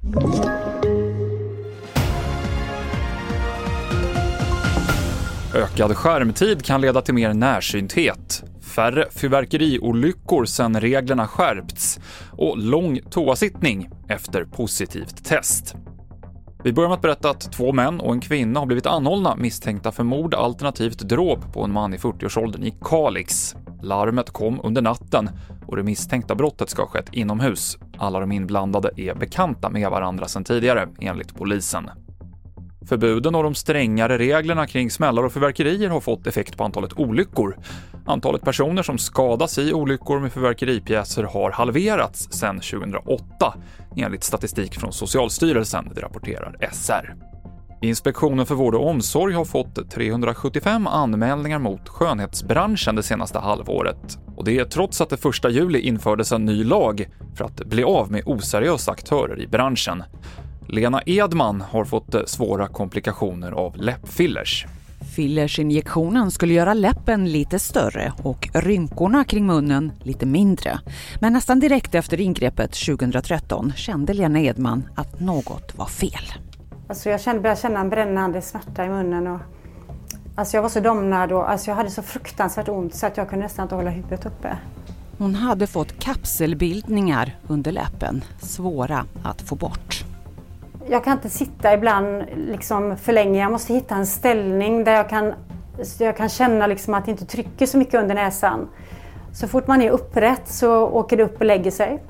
Ökad skärmtid kan leda till mer närsynthet. Färre fyrverkeriolyckor sedan reglerna skärpts. Och lång toasittning efter positivt test. Vi börjar med att berätta att 2 män och en kvinna har blivit anhållna misstänkta för mord alternativt dråp på en man i 40-årsåldern i Kalix. Larmet kom under natten och det misstänkta brottet ska ha skett inomhus. Alla de inblandade är bekanta med varandra sedan tidigare, enligt polisen. Förbuden och de strängare reglerna kring smällar och fyrverkerier har fått effekt på antalet olyckor. Antalet personer som skadas i olyckor med fyrverkeripjäser har halverats sedan 2008, enligt statistik från Socialstyrelsen, det rapporterar SR. Inspektionen för vård och omsorg har fått 375 anmälningar mot skönhetsbranschen det senaste halvåret. Och det är trots att det 1 juli infördes en ny lag för att bli av med oseriösa aktörer i branschen. Lena Edman har fått svåra komplikationer av läppfillers. Fillersinjektionen skulle göra läppen lite större och rynkorna kring munnen lite mindre. Men nästan direkt efter ingreppet 2013 kände Lena Edman att något var fel. Alltså jag började känna en brännande smärta i munnen. Och, alltså jag var så domnad och jag hade så fruktansvärt ont så att jag kunde nästan inte hålla huvudet uppe. Hon hade fått kapselbildningar under läppen, svåra att få bort. Jag kan inte sitta ibland för länge. Jag måste hitta en ställning där jag kan känna att det inte trycker så mycket under näsan. Så fort man är upprätt så åker det upp och lägger sig.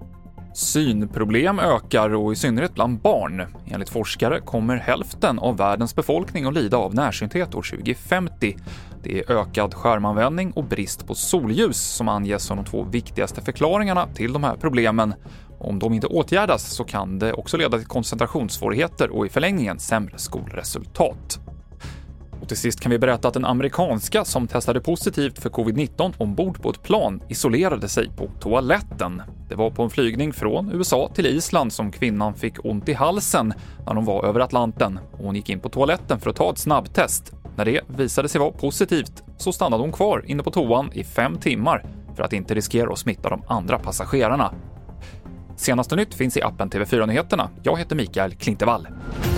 Synproblem ökar och i synnerhet bland barn. Enligt forskare kommer hälften av världens befolkning att lida av närsynthet år 2050. Det är ökad skärmanvändning och brist på solljus som anges som de 2 viktigaste förklaringarna till de här problemen. Om de inte åtgärdas så kan det också leda till koncentrationssvårigheter och i förlängningen sämre skolresultat. Och till sist kan vi berätta att en amerikanska som testade positivt för covid-19 ombord på ett plan isolerade sig på toaletten. Det var på en flygning från USA till Island som kvinnan fick ont i halsen när hon var över Atlanten. Hon gick in på toaletten för att ta ett snabbtest. När det visade sig vara positivt så stannade hon kvar inne på toan i 5 timmar för att inte riskera att smitta de andra passagerarna. Senaste nytt finns i appen TV4 Nyheterna. Jag heter Mikael Klintevall.